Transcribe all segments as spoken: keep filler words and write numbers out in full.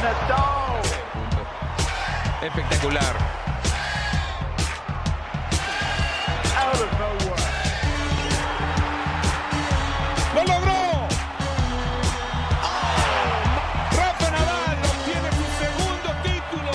Espectacular. ¡Lo logró! Rafa Nadal obtiene su segundo título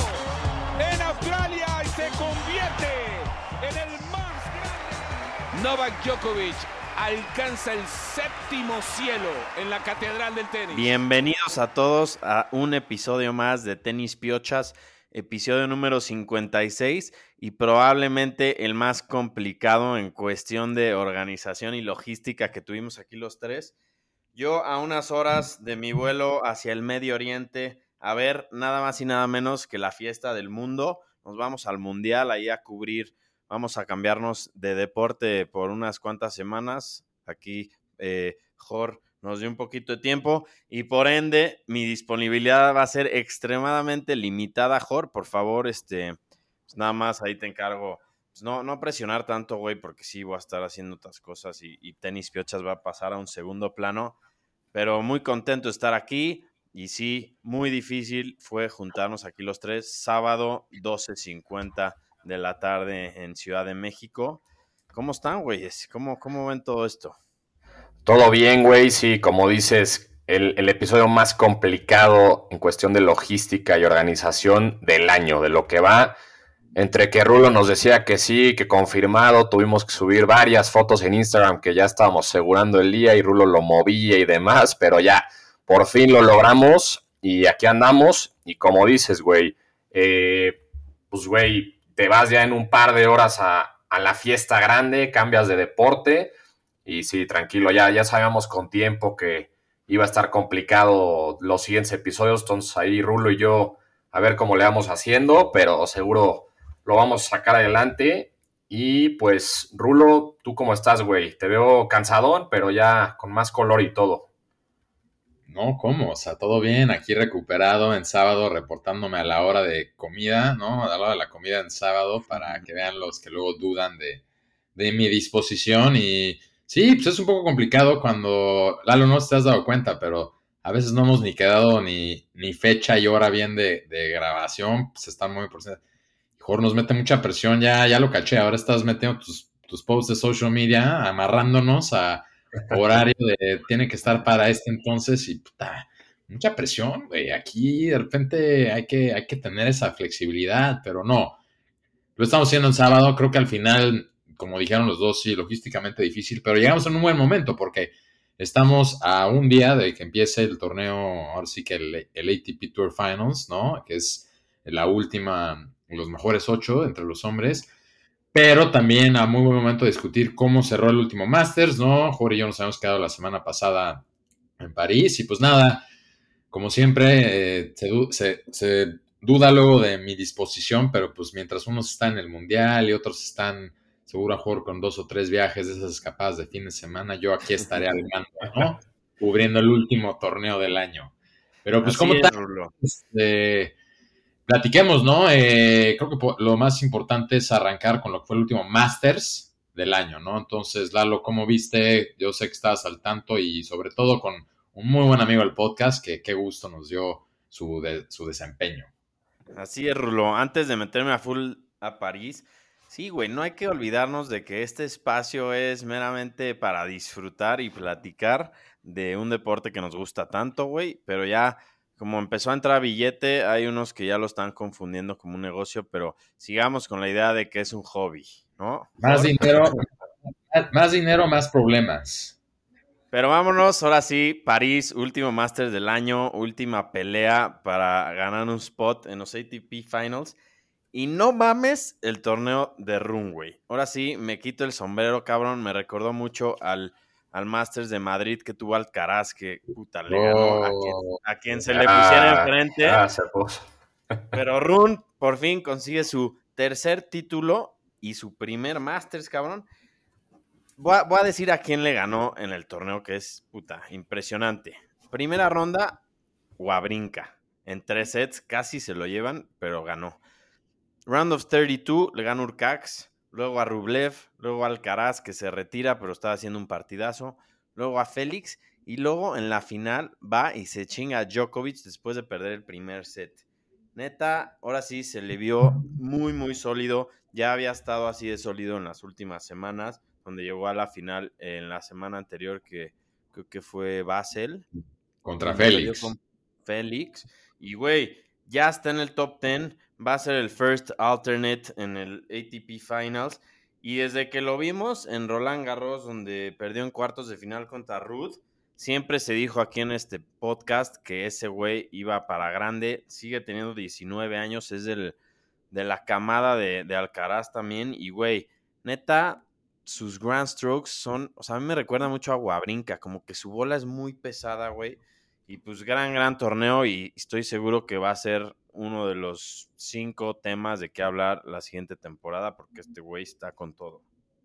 en Australia y se convierte en el más grande. Novak Djokovic alcanza el séptimo cielo en la catedral del tenis. Bienvenidos a todos a un episodio más de Tenis Piochas, episodio número cincuenta y seis y probablemente el más complicado en cuestión de organización y logística que tuvimos aquí los tres. Yo a unas horas de mi vuelo hacia el Medio Oriente a ver nada más y nada menos que la fiesta del mundo. Nos vamos al Mundial ahí a cubrir, vamos a cambiarnos de deporte por unas cuantas semanas. Aquí eh, Jor nos dio un poquito de tiempo y por ende mi disponibilidad va a ser extremadamente limitada. Jor, por favor, este, pues nada más ahí te encargo, pues no, no presionar tanto, güey, porque sí voy a estar haciendo otras cosas y, y Tenis Piochas va a pasar a un segundo plano, pero muy contento de estar aquí y sí, muy difícil fue juntarnos aquí los tres, sábado doce cincuenta de la tarde en Ciudad de México. ¿Cómo están, güeyes? ¿Cómo, cómo ven todo esto? Todo bien, güey, sí, como dices, el, el episodio más complicado en cuestión de logística y organización del año, de lo que va, entre que Rulo nos decía que sí, que confirmado, tuvimos que subir varias fotos en Instagram que ya estábamos asegurando el día y Rulo lo movía y demás, pero ya, por fin lo logramos y aquí andamos y como dices, güey, eh, pues, güey, te vas ya en un par de horas a, a la fiesta grande, cambias de deporte. Y sí, tranquilo, ya, ya sabíamos con tiempo que iba a estar complicado los siguientes episodios, entonces ahí Rulo y yo a ver cómo le vamos haciendo, pero seguro lo vamos a sacar adelante. Y pues, Rulo, ¿tú cómo estás, güey? Te veo cansadón, pero ya con más color y todo. No, ¿cómo? O sea, todo bien, aquí recuperado en sábado, reportándome a la hora de comida, ¿no? A la hora de la comida en sábado, para que vean los que luego dudan de, de mi disposición y... Sí, pues es un poco complicado cuando, Lalo, no te has dado cuenta, pero a veces no hemos ni quedado ni, ni fecha y hora bien de, de grabación, pues están muy por ciento. Mejor nos mete mucha presión, ya, ya lo caché, ahora estás metiendo tus, tus posts de social media, amarrándonos a horario de tiene que estar para este entonces y puta, mucha presión, güey, aquí de repente hay que, hay que tener esa flexibilidad, pero no, lo estamos haciendo en sábado, creo que al final... Como dijeron los dos, sí, logísticamente difícil, pero llegamos en un buen momento porque estamos a un día de que empiece el torneo, ahora sí que el, el A T P Tour Finals, ¿no? Que es la última, los mejores ocho entre los hombres, pero también a muy buen momento de discutir cómo cerró el último Masters, ¿no? Jorge y yo nos habíamos quedado la semana pasada en París y pues nada, como siempre, eh, se, se, se duda luego de mi disposición, pero pues mientras unos están en el Mundial y otros están... seguro a jugar con dos o tres viajes de esas escapadas de fin de semana, yo aquí estaré al mando, ¿no? Cubriendo el último torneo del año. Pero pues, ¿cómo tal? Este, platiquemos, ¿no? Eh, creo que lo más importante es arrancar con lo que fue el último Masters del año, ¿no? Entonces, Lalo, ¿cómo viste? Yo sé que estabas al tanto y sobre todo con un muy buen amigo del podcast, que qué gusto nos dio su, de, su desempeño. Así es, Rulo. Antes de meterme a full a París... Sí, güey, no hay que olvidarnos de que este espacio es meramente para disfrutar y platicar de un deporte que nos gusta tanto, güey, pero ya como empezó a entrar billete, hay unos que ya lo están confundiendo como un negocio, pero sigamos con la idea de que es un hobby, ¿no? Más dinero, más dinero, más problemas. Pero vámonos, ahora sí, París, último Masters del año, última pelea para ganar un spot en los A T P Finals. Y no mames el torneo de Runway. Ahora sí, me quito el sombrero, cabrón. Me recordó mucho al, al Masters de Madrid que tuvo Alcaraz, que puta le ganó oh, a, quien, a quien se ah, le pusiera enfrente. Ah, se puso. Pero Run por fin consigue su tercer título y su primer Masters, cabrón. Voy a, voy a decir a quién le ganó en el torneo, que es puta impresionante. Primera ronda, Wawrinka. En tres sets casi se lo llevan, pero ganó. Round of treinta y dos, le gana Urcax, luego a Rublev, luego a Alcaraz, que se retira, pero estaba haciendo un partidazo, luego a Félix, y luego en la final va y se chinga a Djokovic después de perder el primer set. Neta, ahora sí se le vio muy, muy sólido. Ya había estado así de sólido en las últimas semanas, donde llegó a la final en la semana anterior, que creo que fue Basel. Contra Félix. Con Félix. Y, güey, ya está en el top diez. Va a ser el first alternate en el A T P Finals. Y desde que lo vimos en Roland Garros, donde perdió en cuartos de final contra Ruud, siempre se dijo aquí en este podcast que ese güey iba para grande. Sigue teniendo diecinueve años, es del, de la camada de, de Alcaraz también. Y, güey, neta, sus grand strokes son... O sea, a mí me recuerda mucho a Wawrinka, como que su bola es muy pesada, güey. Y pues gran, gran torneo, y estoy seguro que va a ser uno de los cinco temas de qué hablar la siguiente temporada, porque este güey está con todo.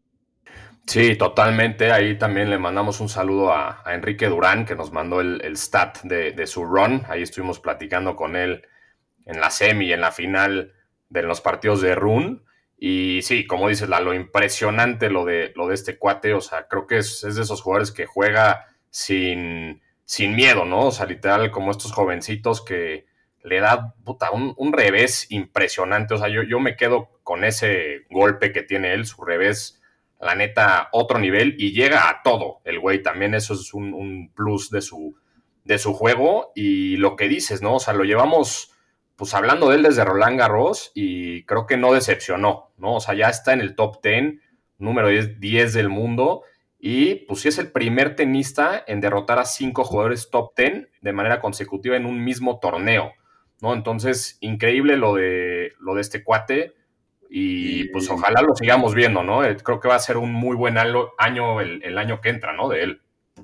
Sí, totalmente. Ahí también le mandamos un saludo a, a Enrique Durán, que nos mandó el, el stat de, de su run. Ahí estuvimos platicando con él en la semi y en la final de los partidos de run. Y sí, como dices, la, lo impresionante lo de, lo de este cuate. O sea, creo que es, es de esos jugadores que juega sin, sin miedo, ¿no? O sea, literal, como estos jovencitos que le da puta, un, un revés impresionante. O sea, yo, yo me quedo con ese golpe que tiene él, su revés, la neta, otro nivel, y llega a todo el güey. También eso es un, un plus de su, de su juego. Y lo que dices, ¿no? O sea, lo llevamos pues hablando de él desde Roland Garros y creo que no decepcionó, ¿no? O sea, ya está en el top diez, número diez del mundo, y pues sí es el primer tenista en derrotar a cinco jugadores top diez de manera consecutiva en un mismo torneo, ¿no? Entonces, increíble lo de, lo de este cuate. Y pues ojalá lo sigamos viendo, ¿no? Creo que va a ser un muy buen año el, el año que entra, ¿no? De él.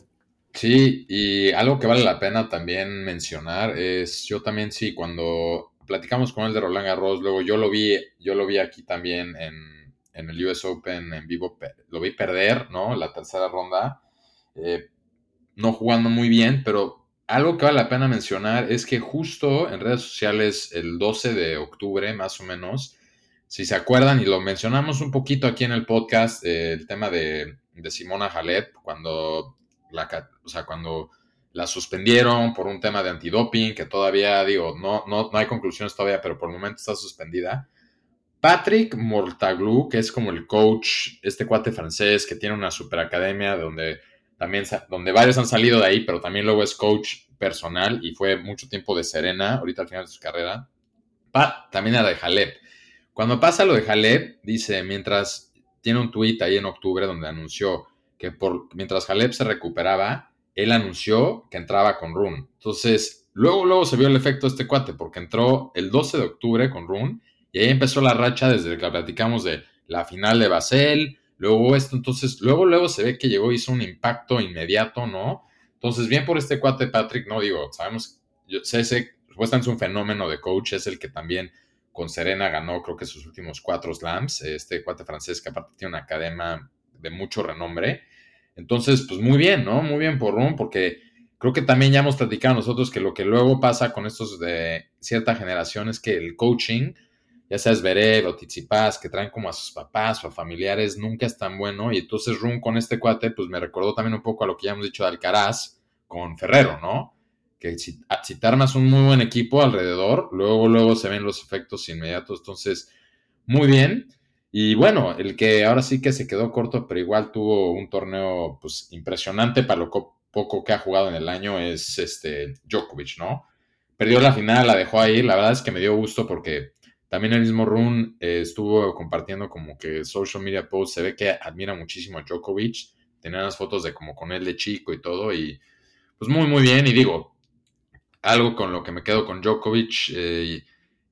Sí, y algo que vale la pena también mencionar es, yo también sí, cuando platicamos con él de Roland Garros, luego yo lo vi, yo lo vi aquí también en, en el U S Open en vivo, lo vi perder, ¿no? La tercera ronda, eh, no jugando muy bien, pero algo que vale la pena mencionar es que justo en redes sociales el doce de octubre, más o menos, si se acuerdan, y lo mencionamos un poquito aquí en el podcast, eh, el tema de, de Simona Halep, cuando la, o sea, cuando la suspendieron por un tema de antidoping, que todavía, digo, no, no, no hay conclusiones todavía, pero por el momento está suspendida. Patrick Mouratoglou, que es como el coach, este cuate francés que tiene una superacademia donde también, donde varios han salido de ahí, pero también luego es coach personal y fue mucho tiempo de Serena, ahorita al final de su carrera. Pa, también era de Halep. Cuando pasa lo de Halep, dice, mientras tiene un tweet ahí en octubre donde anunció que por, mientras Halep se recuperaba, él anunció que entraba con Rune. Entonces, luego, luego se vio el efecto de este cuate, porque entró el doce de octubre con Rune, y ahí empezó la racha desde que platicamos de la final de Basel, luego esto, entonces, luego, luego se ve que llegó y hizo un impacto inmediato, ¿no? Entonces, bien por este cuate Patrick, no digo, sabemos, yo sé, sé, supuestamente es un fenómeno de coach, es el que también con Serena ganó creo que sus últimos cuatro slams, este cuate francés que aparte tiene una academia de mucho renombre. Entonces, pues muy bien, ¿no? Muy bien por Rune, porque creo que también ya hemos platicado nosotros que lo que luego pasa con estos de cierta generación es que el coaching, ya sea Zverev o Tsitsipas, que traen como a sus papás o a familiares, nunca es tan bueno. Y entonces Rune con este cuate, pues me recordó también un poco a lo que ya hemos dicho de Alcaraz con Ferrero, ¿no? Que si, si te armas un muy buen equipo alrededor, luego, luego se ven los efectos inmediatos. Entonces, muy bien. Y bueno, el que ahora sí que se quedó corto, pero igual tuvo un torneo pues impresionante para lo poco que ha jugado en el año, es este Djokovic, ¿no? Perdió la final, la dejó ahí. La verdad es que me dio gusto porque también el mismo Rune eh, estuvo compartiendo como que social media posts. Se ve que admira muchísimo a Djokovic. Tenía unas fotos de como con él de chico y todo. Y pues muy, muy bien. Y digo, algo con lo que me quedo con Djokovic eh,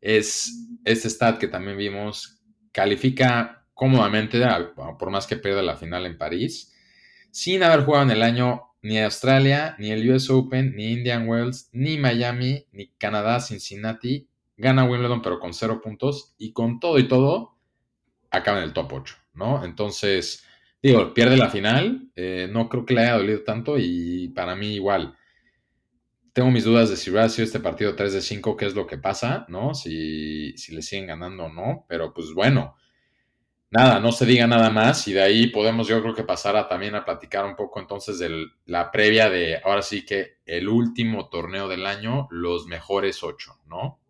es este stat que también vimos, califica cómodamente, por más que pierda la final en París, sin haber jugado en el año ni Australia, ni el U S Open, ni Indian Wells, ni Miami, ni Canadá, Cincinnati, gana Wimbledon pero con cero puntos, y con todo y todo, acaba en el top ocho, ¿no? Entonces, digo, pierde la final, eh, no creo que le haya dolido tanto, y para mí igual, tengo mis dudas de si hubiera sido este partido tres de cinco, qué es lo que pasa, ¿no? Si, si le siguen ganando o no, pero pues bueno, nada, no se diga nada más y de ahí podemos yo creo que pasar a también a platicar un poco entonces de la previa de ahora sí que el último torneo del año, los mejores ocho, ¿no?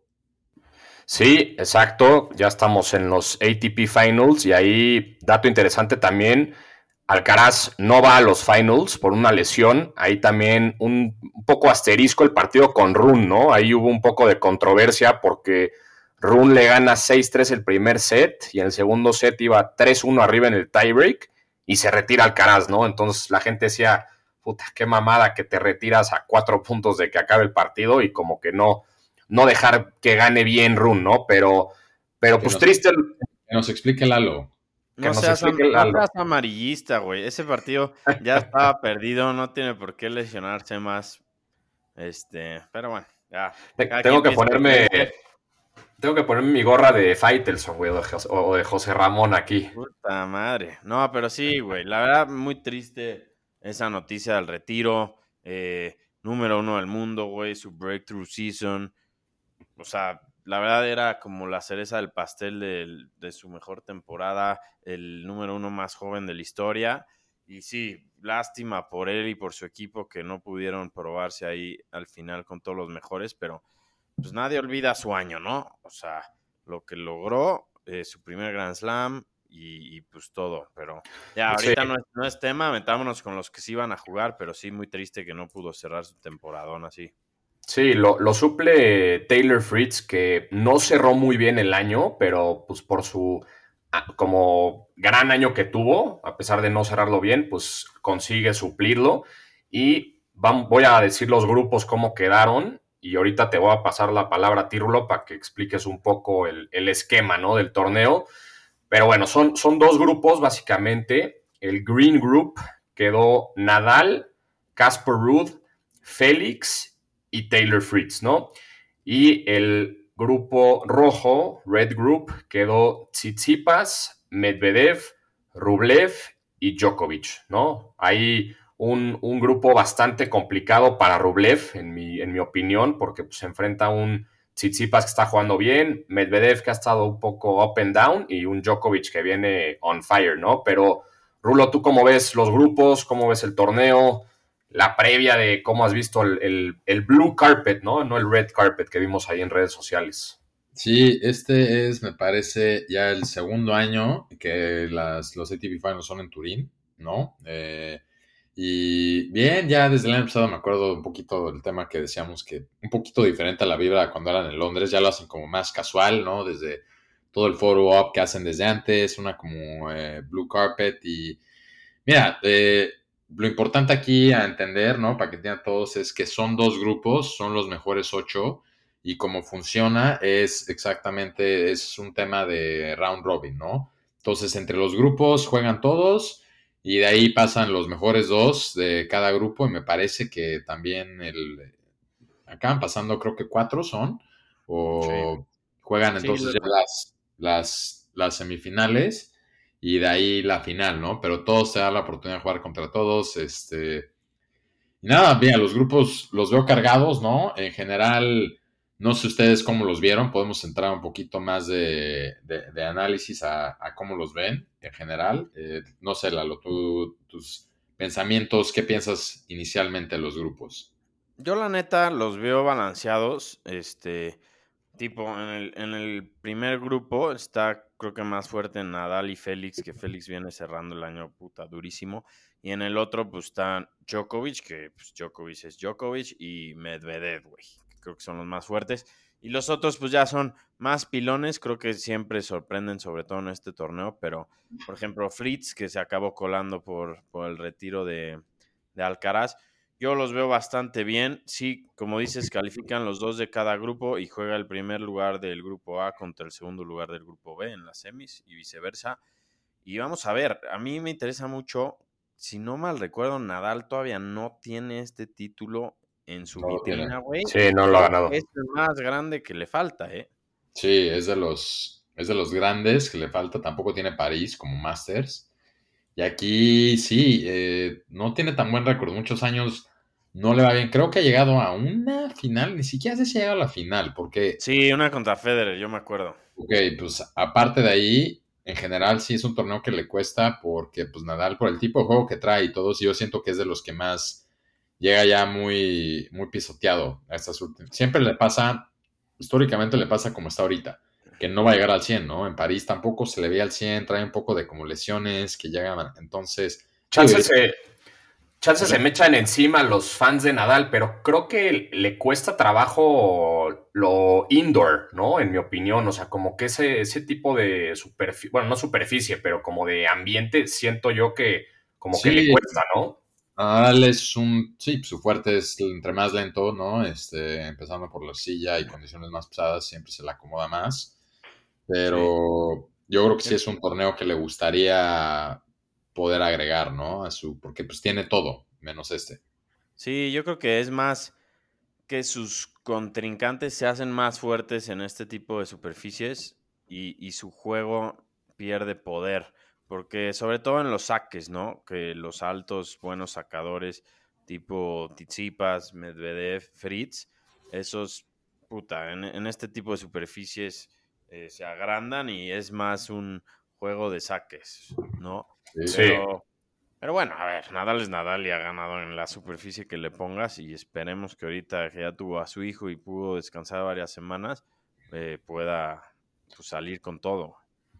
Sí, exacto, ya estamos en los A T P Finals y ahí, dato interesante también, Alcaraz no va a los Finals por una lesión, ahí también un, un poco asterisco el partido con Rune, ¿no? Ahí hubo un poco de controversia porque Rune le gana seis tres el primer set y en el segundo set iba tres uno arriba en el tiebreak y se retira Alcaraz, ¿no? Entonces la gente decía, puta, qué mamada que te retiras a cuatro puntos de que acabe el partido y como que no, no dejar que gane bien Rune, ¿no? Pero, pero Que pues nos, triste. que nos explique Lalo. Que No nos seas, am- explique no Lalo. seas amarillista, güey. Ese partido ya estaba perdido, no tiene por qué lesionarse más. Este, pero bueno, ya. Te- Cada Tengo quien que piensa ponerme, diferente. tengo que ponerme mi gorra de Faitelson, güey, o de Jos- o de José Ramón aquí. Puta madre. No, pero sí, güey. La verdad, muy triste esa noticia del retiro. Eh, número uno del mundo, güey. Su breakthrough season. O sea, la verdad era como la cereza del pastel de, de su mejor temporada. El número uno más joven de la historia. Y sí, lástima por él y por su equipo que no pudieron probarse ahí al final con todos los mejores. Pero pues nadie olvida su año, ¿no? O sea, lo que logró, eh, su primer Grand Slam y, y, pues todo. Pero ya, Sí, ahorita no es, no es tema, metámonos con los que sí iban a jugar, pero sí muy triste que no pudo cerrar su temporadón así. sí, lo, lo suple Taylor Fritz, que no cerró muy bien el año, pero pues por su ah, como gran año que tuvo, a pesar de no cerrarlo bien, pues consigue suplirlo. Y vam- voy a decir los grupos cómo quedaron. Y ahorita te voy a pasar la palabra a ti, Rulo, para que expliques un poco el, el esquema, ¿no? Del torneo. Pero bueno, son, son dos grupos básicamente. El Green Group quedó Nadal, Casper Ruud, Félix y Taylor Fritz, ¿no? Y el grupo rojo, Red Group, quedó Tsitsipas, Medvedev, Rublev y Djokovic, ¿no? Hay un, un grupo bastante complicado para Rublev, en mi, en mi opinión, porque pues, se enfrenta a un Tsitsipas que está jugando bien, Medvedev que ha estado un poco up and down y un Djokovic que viene on fire, ¿no? Pero, Rulo, ¿tú cómo ves los grupos? ¿Cómo ves el torneo? La previa de cómo has visto el, el, el blue carpet, ¿no? No el red carpet que vimos ahí en redes sociales. Sí, este es, me parece, ya el segundo año que las, los A T P Finals son en Turín, ¿no? Eh, y bien, ya desde el año pasado me acuerdo un poquito del tema que decíamos que un poquito diferente a la vibra cuando eran en Londres, ya lo hacen como más casual, ¿no? Desde todo el photo op que hacen desde antes, una como eh, blue carpet y mira, eh, lo importante aquí a entender, ¿no? Para que entiendan todos, es que son dos grupos, son los mejores ocho, y cómo funciona es exactamente, es un tema de round robin, ¿no? Entonces, entre los grupos juegan todos, y de ahí pasan los mejores dos de cada grupo, y me parece que también el, acaban pasando, creo que cuatro son, Sí, o juegan sí, entonces lo- ya las, las, las semifinales y de ahí la final, ¿no? Pero todos te dan la oportunidad de jugar contra todos, este... Y nada, bien, los grupos los veo cargados, ¿no? En general, no sé ustedes cómo los vieron, podemos entrar un poquito más de, de, de análisis a, a, cómo los ven en general. Eh, no sé, Lalo, tú, tus pensamientos, ¿qué piensas inicialmente de los grupos? yo la neta los veo balanceados. Este, tipo, en el, en el primer grupo está, creo que más fuerte Nadal y Félix, que Félix viene cerrando el año puta durísimo. Y en el otro, pues están Djokovic, que pues, Djokovic es Djokovic, y Medvedev, güey. Creo que son los más fuertes. Y los otros, pues ya son más pilones, creo que siempre sorprenden, sobre todo en este torneo. Pero, por ejemplo, Fritz, que se acabó colando por, por el retiro de, de Alcaraz. Yo los veo bastante bien. Sí, como dices, califican los dos de cada grupo y juega el primer lugar del grupo A contra el segundo lugar del grupo B en las semis y viceversa. Y vamos a ver, a mí me interesa mucho, si no mal recuerdo, Nadal todavía no tiene este título en su No lo tienen. vitrina, güey. Sí, no lo ha Creo ganado. que es el más grande que le falta, ¿eh? Sí, es de los, es de los grandes que le falta. Tampoco tiene París como Masters. Y aquí sí, eh, no tiene tan buen récord. Muchos años no le va bien. Creo que ha llegado a una final. Ni siquiera sé si ha llegado a la final. Porque, Sí, una contra Federer, yo me acuerdo. ok, pues aparte de ahí, en general sí es un torneo que le cuesta porque pues Nadal por el tipo de juego que trae y todo, sí yo siento que es de los que más llega ya muy, muy pisoteado a estas últimas. Siempre le pasa, históricamente le pasa como está ahorita, que no va a llegar al cien, ¿no? En París tampoco se le veía al cien, trae un poco de como lesiones que llegan, entonces... Chances se, chance se me echan encima los fans de Nadal, pero creo que le cuesta trabajo lo indoor, ¿no? En mi opinión, o sea, como que ese, ese tipo de superficie, bueno, no superficie, pero como de ambiente, siento yo que como Sí, que le cuesta, ¿no? Nadal es un, sí, su fuerte es entre más lento, ¿no? Este, empezando por la silla y condiciones más pesadas, siempre se le acomoda más. Pero yo creo que sí es un torneo que le gustaría poder agregar, ¿no? A su, porque pues tiene todo, menos este. Sí, yo creo que es más que sus contrincantes se hacen más fuertes en este tipo de superficies y, y su juego pierde poder. Porque sobre todo en los saques, ¿no? Que los altos, buenos sacadores, tipo Tsitsipas, Medvedev, Fritz, esos, puta, en, en este tipo de superficies eh, se agrandan y es más un juego de saques, ¿no? Sí. Pero, pero bueno, a ver, Nadal es Nadal y ha ganado en la superficie que le pongas y esperemos que ahorita que ya tuvo a su hijo y pudo descansar varias semanas, eh, pueda pues, salir con todo.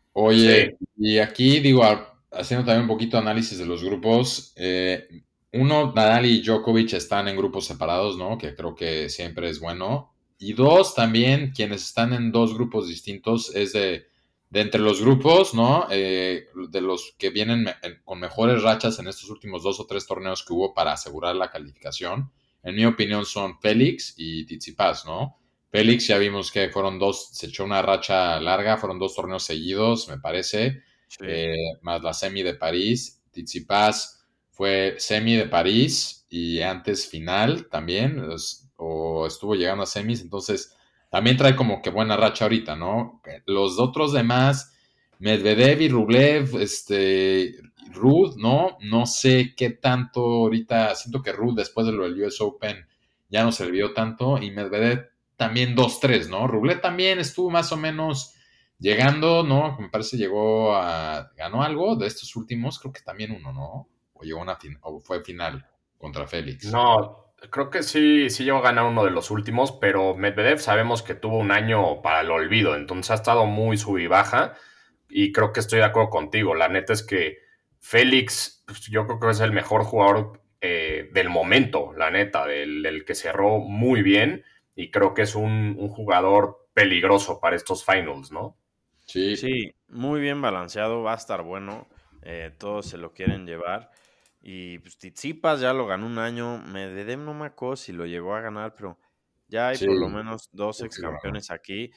Oye, Sí. y aquí digo, a- haciendo también un poquito de análisis de los grupos, eh, uno, Nadal y Djokovic están en grupos separados, ¿no? Que creo que siempre es bueno. Y dos, también quienes están en dos grupos distintos es de, de entre los grupos, ¿no? Eh, de los que vienen me- en- con mejores rachas en estos últimos dos o tres torneos que hubo para asegurar la calificación. En mi opinión son Félix y Tsitsipas, ¿no? Félix ya vimos que fueron dos, se echó una racha larga, fueron dos torneos seguidos, me parece, Sí. eh, más la semi de París. Tsitsipas fue semi de París y antes final también, es- o estuvo llegando a semis, entonces también trae como que buena racha ahorita, ¿no? Los otros demás, Medvedev y Rublev, este, Ruud, ¿no? No sé qué tanto ahorita, siento que Ruud después de lo del U S Open ya no se le vio tanto y Medvedev también dos tres, ¿no? Rublev también estuvo más o menos llegando, ¿no? Me parece llegó a... ganó algo de estos últimos, creo que también uno, ¿no? O llegó a una fin o fue final contra Félix. No, creo que sí, sí llegó a ganar uno de los últimos, pero Medvedev sabemos que tuvo un año para el olvido, entonces ha estado muy sub y baja y creo que estoy de acuerdo contigo. La neta es que Félix, pues, yo creo que es el mejor jugador eh, del momento, la neta, del, del que cerró muy bien y creo que es un, un jugador peligroso para estos finals, ¿no? Sí, Sí, muy bien balanceado, va a estar bueno. eh, todos se lo quieren llevar. Y pues Tsitsipas ya lo ganó un año. Medvedev no me acuerdo si lo llegó a ganar, pero ya hay sí, por lo menos dos creo ex que lo ganó. campeones aquí.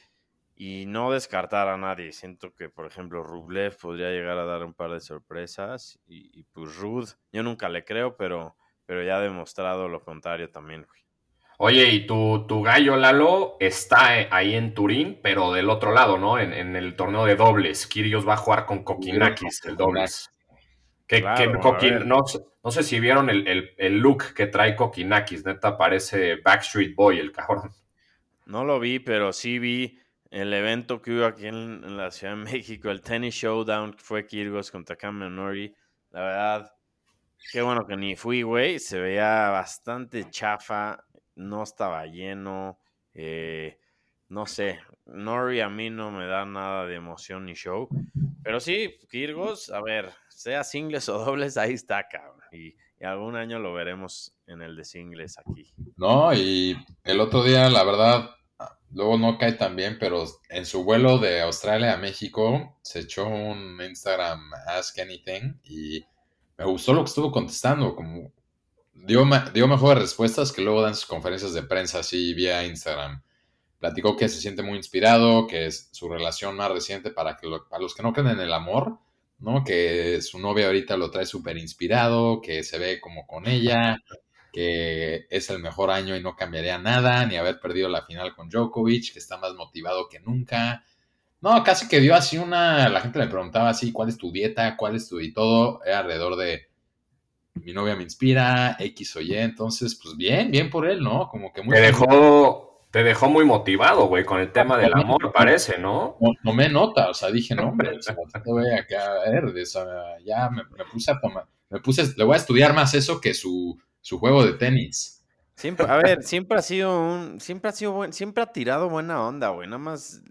Y no descartar a nadie. Siento que, por ejemplo, Rublev podría llegar a dar un par de sorpresas. Y, y pues Ruud, yo nunca le creo, pero, pero ya ha demostrado lo contrario también, güey. Oye, y tu, tu gallo Lalo está eh, ahí en Turín, pero del otro lado, ¿no? En, en el torneo de dobles. Kyrgios va a jugar con Tuvieron con Kokinakis, el Kokonaki. dobles. Que, que Claro, a Kokin, ver. no, sé- no sé si vieron el, el- el look que trae Kokinakis, neta parece Backstreet Boy el cabrón. No lo vi, pero sí vi el evento que hubo aquí en, en la Ciudad de México, el Tennis Showdown, que fue Kyrgios contra Cameron Norrie. La verdad, qué bueno que ni fui, güey. Se veía bastante chafa, no estaba lleno. eh, no sé, Norrie a mí no me da nada de emoción ni show. Pero sí, Kyrgios, a ver, sea singles o dobles, ahí está, cabrón. Y, y algún año lo veremos en el de singles aquí. No, y el otro día, la verdad, luego no cae tan bien, pero en su vuelo de Australia a México se echó un Instagram Ask Anything y me gustó lo que estuvo contestando, como dio, ma- dio mejores respuestas que luego dan sus conferencias de prensa así vía Instagram. Platicó que se siente muy inspirado, que es su relación más reciente para, que lo- para los que no creen en el amor, ¿no? Que su novia ahorita lo trae súper inspirado, que se ve como con ella, que es el mejor año y no cambiaría nada, ni haber perdido la final con Djokovic, que está más motivado que nunca. No, casi que dio así una, la gente le preguntaba así, ¿cuál es tu dieta? ¿Cuál es tu y todo? Era alrededor de mi novia me inspira, X o Y, entonces, pues bien, bien por él, ¿no? Como que muy Te genuino. dejó, Te dejó muy motivado, güey, con el tema del amor, parece, ¿no? No, tomé nota, o sea, dije, no, hombre, o sea, te voy a caer, o sea, ya me, me puse a tomar, me puse, le voy a estudiar más eso que su, su juego de tenis. Siempre, a ver, siempre ha sido un, siempre ha sido buen, siempre ha tirado buena onda, güey, nada más,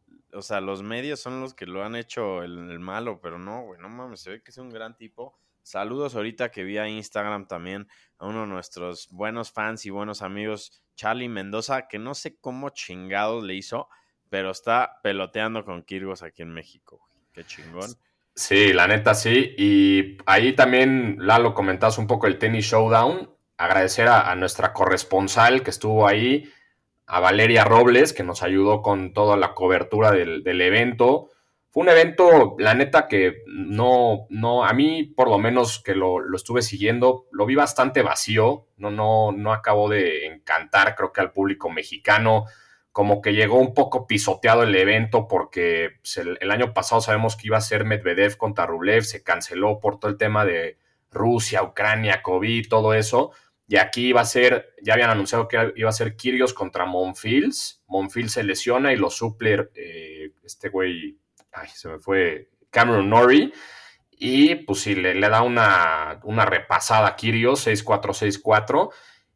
o sea, los medios son los que lo han hecho el, el malo, pero no, güey, no mames, se ve que es un gran tipo. Saludos ahorita que vi a Instagram también a uno de nuestros buenos fans y buenos amigos, Charlie Mendoza, que no sé cómo chingados le hizo, pero está peloteando con Kyrgios aquí en México. Qué chingón. Sí, la neta sí. Y ahí también, Lalo, comentabas un poco el Tennis Showdown. Agradecer a, a nuestra corresponsal que estuvo ahí, a Valeria Robles, que nos ayudó con toda la cobertura del, del evento. Fue un evento, la neta, que no, no, a mí, por lo menos que lo, lo estuve siguiendo, lo vi bastante vacío. No, no, no acabó de encantar, creo que al público mexicano. Como que llegó un poco pisoteado el evento porque pues, el, el año pasado sabemos que iba a ser Medvedev contra Rublev, se canceló por todo el tema de Rusia, Ucrania, COVID, todo eso. Y aquí iba a ser, ya habían anunciado que iba a ser Kyrgios contra Monfils. Monfils se lesiona y lo suple eh, este güey, ay, se me fue, Cameron Norrie. Y pues sí, le, le da una, una repasada a Kyrgios, seis cuatro, seis cuatro.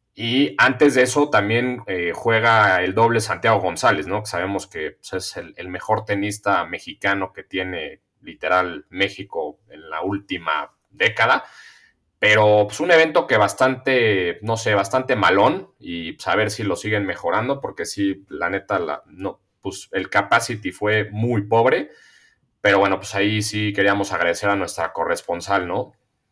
Y antes de eso también eh, juega el doble Santiago González, ¿no? Que sabemos que pues, es el, el mejor tenista mexicano que tiene literal México en la última década. Pero pues un evento que bastante, no sé, bastante malón y pues, a ver si lo siguen mejorando porque sí, la neta, la, no, pues el capacity fue muy pobre. Pero bueno, pues ahí sí queríamos agradecer a nuestra corresponsal, ¿no?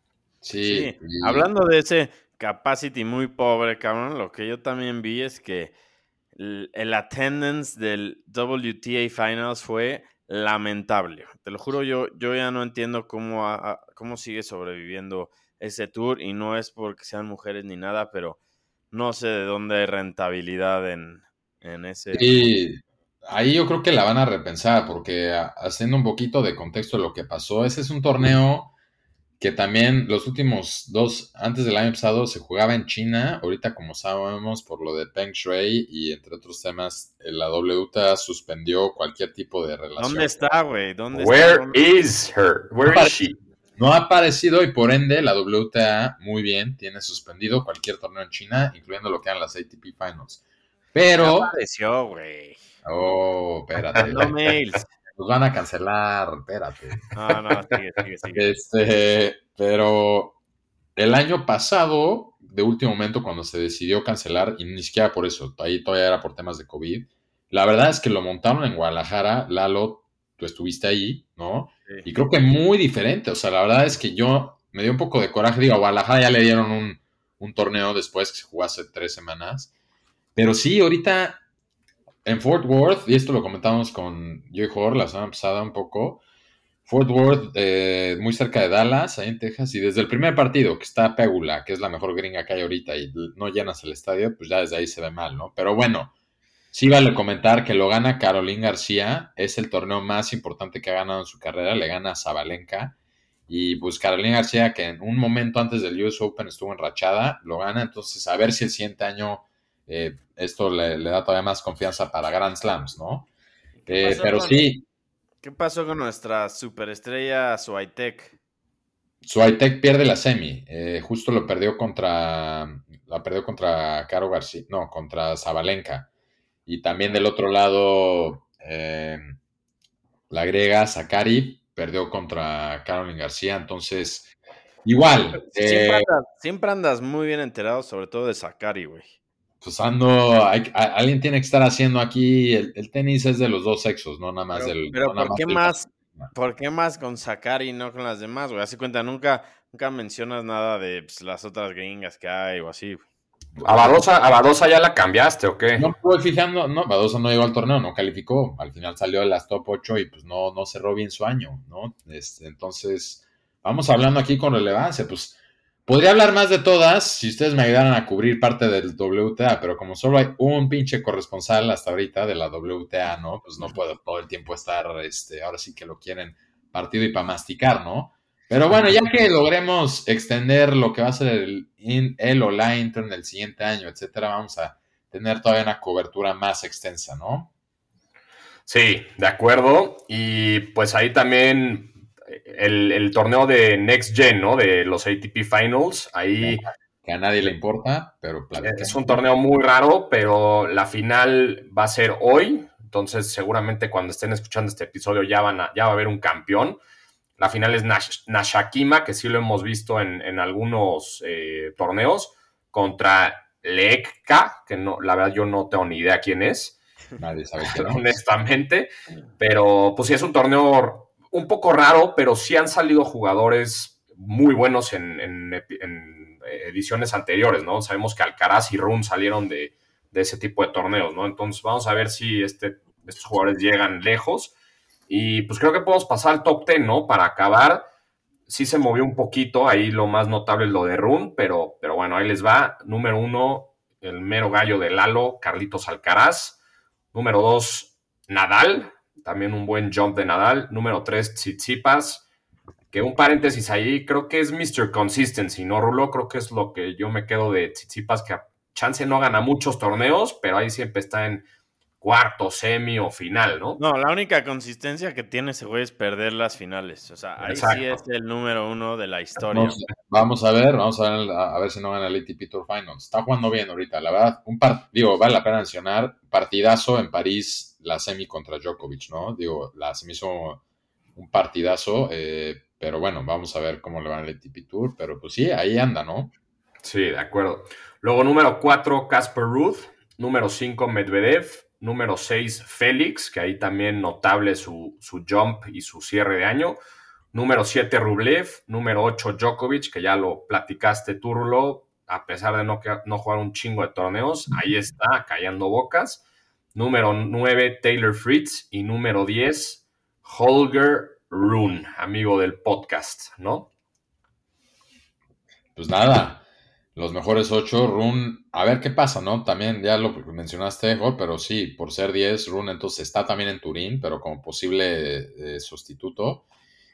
Sí, sí. Y... hablando de ese capacity muy pobre, cabrón, lo que yo también vi es que el, el attendance del W T A Finals fue lamentable. Te lo juro, yo, yo ya no entiendo cómo, a, cómo sigue sobreviviendo ese tour y no es porque sean mujeres ni nada, pero no sé de dónde hay rentabilidad en, en ese... Sí, ahí yo creo que la van a repensar porque haciendo un poquito de contexto de lo que pasó, ese es un torneo que también los últimos dos, antes del año pasado, se jugaba en China. Ahorita, como sabemos, por lo de Peng Shuai y entre otros temas, la W T A suspendió cualquier tipo de relación. ¿Dónde está, güey? ¿Dónde Where está? is her? Where is she? No ha aparecido y por ende la W T A, muy bien, tiene suspendido cualquier torneo en China, incluyendo lo que eran las A T P Finals. Pero... No apareció, güey. Oh, espérate. No mails. Nos van a cancelar, espérate. No, no, sigue, sigue, sigue. Este, pero el año pasado, de último momento, cuando se decidió cancelar, y ni siquiera por eso, ahí todavía era por temas de COVID, la verdad es que lo montaron en Guadalajara. Lalo, tú estuviste ahí, ¿no? Sí. Y creo que muy diferente, o sea, la verdad es que yo me dio un poco de coraje, digo, a Guadalajara ya le dieron un, un torneo después que se jugó hace tres semanas, pero sí, ahorita en Fort Worth, y esto lo comentamos con Joey Hor la semana pasada un poco, Fort Worth, eh, muy cerca de Dallas, ahí en Texas, y desde el primer partido, que está Pegula, que es la mejor gringa que hay ahorita, y no llenas el estadio, pues ya desde ahí se ve mal, ¿no? Pero bueno, sí vale comentar que lo gana Caroline García, es el torneo más importante que ha ganado en su carrera, le gana a Sabalenka, y pues Caroline García, que en un momento antes del U S Open estuvo enrachada, lo gana, entonces a ver si el siguiente año eh, esto le, le da todavía más confianza para Grand Slams, ¿no? Eh, pero con, sí. ¿Qué pasó con nuestra superestrella Swiatek? Swiatek pierde la semi, eh, justo lo perdió contra, la perdió contra Caro García, no, contra Sabalenka. Y también del otro lado, eh, la griega Sakkari perdió contra Caroline García, entonces, igual. Siempre, eh, andas, siempre andas muy bien enterado, sobre todo de Sakkari, güey. Pues ando, hay, a, alguien tiene que estar haciendo aquí, el, el tenis es de los dos sexos, no nada más pero, del... Pero no nada ¿por, qué más más, ¿por qué más con Sakkari y no con las demás, güey? Así cuenta, nunca, nunca mencionas nada de pues, las otras gringas que hay o así, güey. ¿A Badosa, ¿A Badosa ya la cambiaste o qué? No me voy fijando, no, Badosa no llegó al torneo, no calificó, al final salió de las top ocho y pues no, no cerró bien su año, ¿no? Este, entonces, vamos hablando aquí con relevancia, pues podría hablar más de todas si ustedes me ayudaran a cubrir parte del W T A, pero como solo hay un pinche corresponsal hasta ahorita de la W T A, ¿no? Pues no puedo todo el tiempo estar, este, ahora sí que lo quieren partido y para masticar, ¿no? Pero bueno, ya que logremos extender lo que va a ser el, el o la intro en el siguiente año, etcétera, vamos a tener todavía una cobertura más extensa, ¿no? Sí, de acuerdo. Y pues ahí también el, el torneo de Next Gen, ¿no? De los A T P Finals. Ahí que a nadie le importa, pero es un torneo muy raro, pero la final va a ser hoy. Entonces, seguramente cuando estén escuchando este episodio ya, van a, ya va a haber un campeón. La final es Nash, Nashakima, que sí lo hemos visto en, en algunos eh, torneos, contra Lekka, que no, la verdad yo no tengo ni idea quién es. Nadie sabe quién es. Honestamente, pero pues sí es un torneo un poco raro, pero sí han salido jugadores muy buenos en, en, en ediciones anteriores, ¿no? Sabemos que Alcaraz y Rune salieron de, de ese tipo de torneos, ¿no? Entonces vamos a ver si este, estos jugadores llegan lejos y pues creo que podemos pasar al top diez, ¿no? Para acabar, sí se movió un poquito, ahí lo más notable es lo de Rune, pero, pero bueno, ahí les va. Número uno, el mero gallo de Lalo, Carlitos Alcaraz. Número dos, Nadal, también un buen jump de Nadal. Número tres, Tsitsipas, que un paréntesis ahí, creo que es mister Consistency, ¿no, Rulo? Creo que es lo que yo me quedo de Tsitsipas, que a chance no gana muchos torneos, pero ahí siempre está en cuarto, semi o final, ¿no? No, la única consistencia que tiene ese güey es perder las finales. O sea, ahí Exacto. sí es el número uno de la historia. Vamos, vamos a ver, vamos a ver, a ver si no gana el A T P Tour Finals. Está jugando bien ahorita, la verdad. Un par, digo, vale la pena mencionar, partidazo en París, la semi contra Djokovic, ¿no? Digo, la semi hizo un partidazo, eh, pero bueno, vamos a ver cómo le va el A T P Tour, pero pues sí, ahí anda, ¿no? Sí, de acuerdo. Luego, número cuatro, Casper Ruud. Número cinco, Medvedev. Número seis, Félix, que ahí también notable su, su jump y su cierre de año. Número siete, Rublev. Número ocho, Djokovic, que ya lo platicaste tú, Rulo, a pesar de no, no jugar un chingo de torneos, ahí está, callando bocas. Número nueve, Taylor Fritz. Y número diez, Holger Rune, amigo del podcast, ¿no? Pues nada, los mejores ocho, Rune, a ver qué pasa, ¿no? También ya lo mencionaste, Jorge, pero sí, por ser diez, Rune entonces está también en Turín, pero como posible eh, sustituto.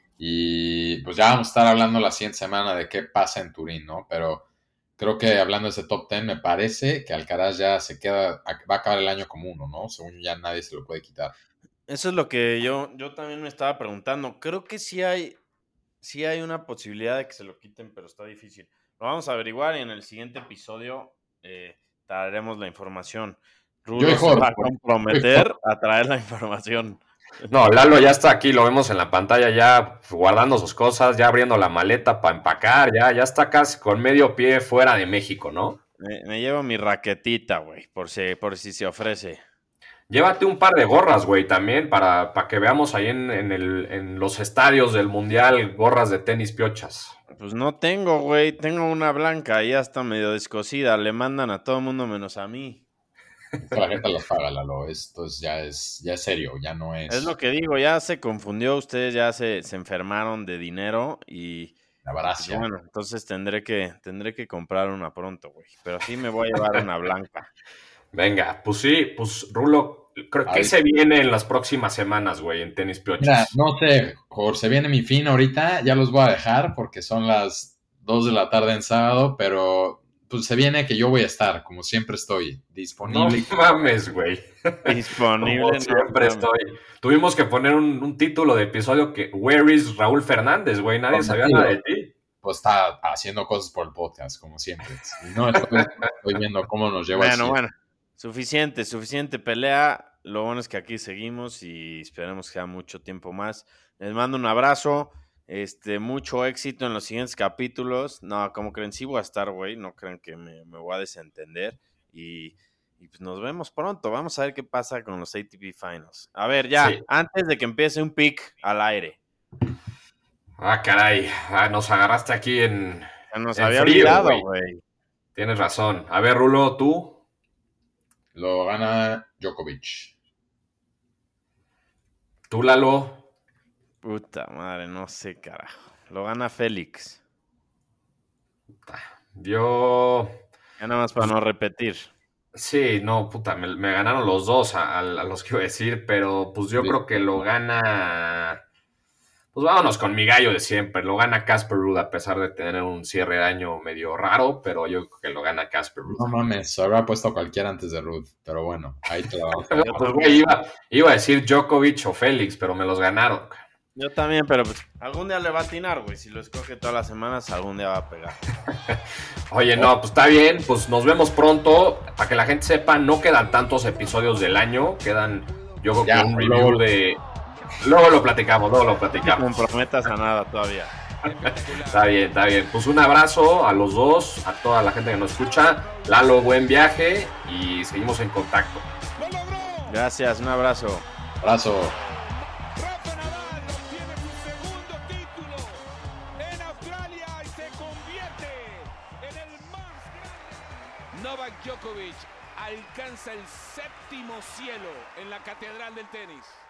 Y pues ya vamos a estar hablando la siguiente semana de qué pasa en Turín, ¿no? Pero creo que hablando de ese top diez, me parece que Alcaraz ya se queda, va a acabar el año como uno, ¿no? Según ya nadie se lo puede quitar. Eso es lo que yo, yo también me estaba preguntando. Creo que sí hay, sí hay una posibilidad de que se lo quiten, pero está difícil. Lo vamos a averiguar y en el siguiente episodio eh, traeremos la información. Rulo se va a comprometer a traer la información. No, Lalo ya está aquí, lo vemos en la pantalla ya guardando sus cosas, ya abriendo la maleta para empacar, ya, ya está casi con medio pie fuera de México, ¿no? Me, me llevo mi raquetita, güey, por si, por si se ofrece. Llévate un par de gorras, güey, también, para, para que veamos ahí en, en, el, en los estadios del Mundial, gorras de tenis piochas. Pues no tengo, güey, tengo una blanca, ya está medio descosida, le mandan a todo el mundo menos a mí. La gente las paga, Lalo, esto es, ya, es, ya es serio, ya no es... Es lo que digo, ya se confundió, ustedes ya se, se enfermaron de dinero y... Pues bueno, entonces tendré que, tendré que comprar una pronto, güey, pero sí me voy a llevar una blanca. Venga, pues sí, pues Rulo, creo que se viene en las próximas semanas, güey, en tenis piochas. Mira, no sé, Jorge, se viene mi fin ahorita, ya los voy a dejar porque son las dos de la tarde en sábado, pero pues se viene que yo voy a estar, como siempre estoy, disponible. No mames, güey. Disponible. Como siempre no, estoy. Tuvimos que poner un, un título de episodio que, Where is Raúl Fernández, güey? Nadie sabía nada de ti. Pues está haciendo cosas por el podcast, como siempre. Y no, estoy, estoy viendo cómo nos lleva. Bueno, bueno. Suficiente, suficiente pelea. Lo bueno es que aquí seguimos y esperemos que sea mucho tiempo más. Les mando un abrazo. Este, mucho éxito en los siguientes capítulos. No, como creen, sí voy a estar, güey. No crean que me, me voy a desentender. Y, y pues nos vemos pronto. Vamos a ver qué pasa con los A T P Finals. A ver, ya, sí. Antes de que empiece un pick al aire. Ah, caray. Ah, nos agarraste aquí en. Ya nos en había frío, olvidado, güey. Tienes razón. A ver, Rulo, tú. Lo gana Djokovic. ¿Tú, Lalo? Puta madre, no sé, carajo. Lo gana Félix. Yo... Ya nada más para no repetir. Sí, no, puta, me, me ganaron los dos a, a, a los que iba a decir, pero pues yo sí. creo que lo gana... Pues vámonos con mi gallo de siempre. Lo gana Casper Ruud a pesar de tener un cierre de año medio raro, pero yo creo que lo gana Casper Ruud. No mames, se habría puesto cualquiera antes de Ruud, pero bueno, ahí te lo Pues güey, iba, iba a decir Djokovic o Félix, pero me los ganaron. Yo también, pero pues algún día le va a atinar, güey. Si lo escoge todas las semanas, algún día va a pegar. Oye, no, pues está bien, pues nos vemos pronto. Para que la gente sepa, no quedan tantos episodios del año, quedan, yo creo Ya, que un review de... Luego lo platicamos, luego lo No platicamos. te comprometas a nada todavía. Está bien, está bien. Pues un abrazo a los dos, a toda la gente que nos escucha. Lalo, buen viaje y seguimos en contacto. Gracias, un abrazo. Abrazo. Rafa Nadal obtiene su segundo título en Australia y se convierte en el más grande. Novak Djokovic alcanza el séptimo cielo en la catedral del tenis.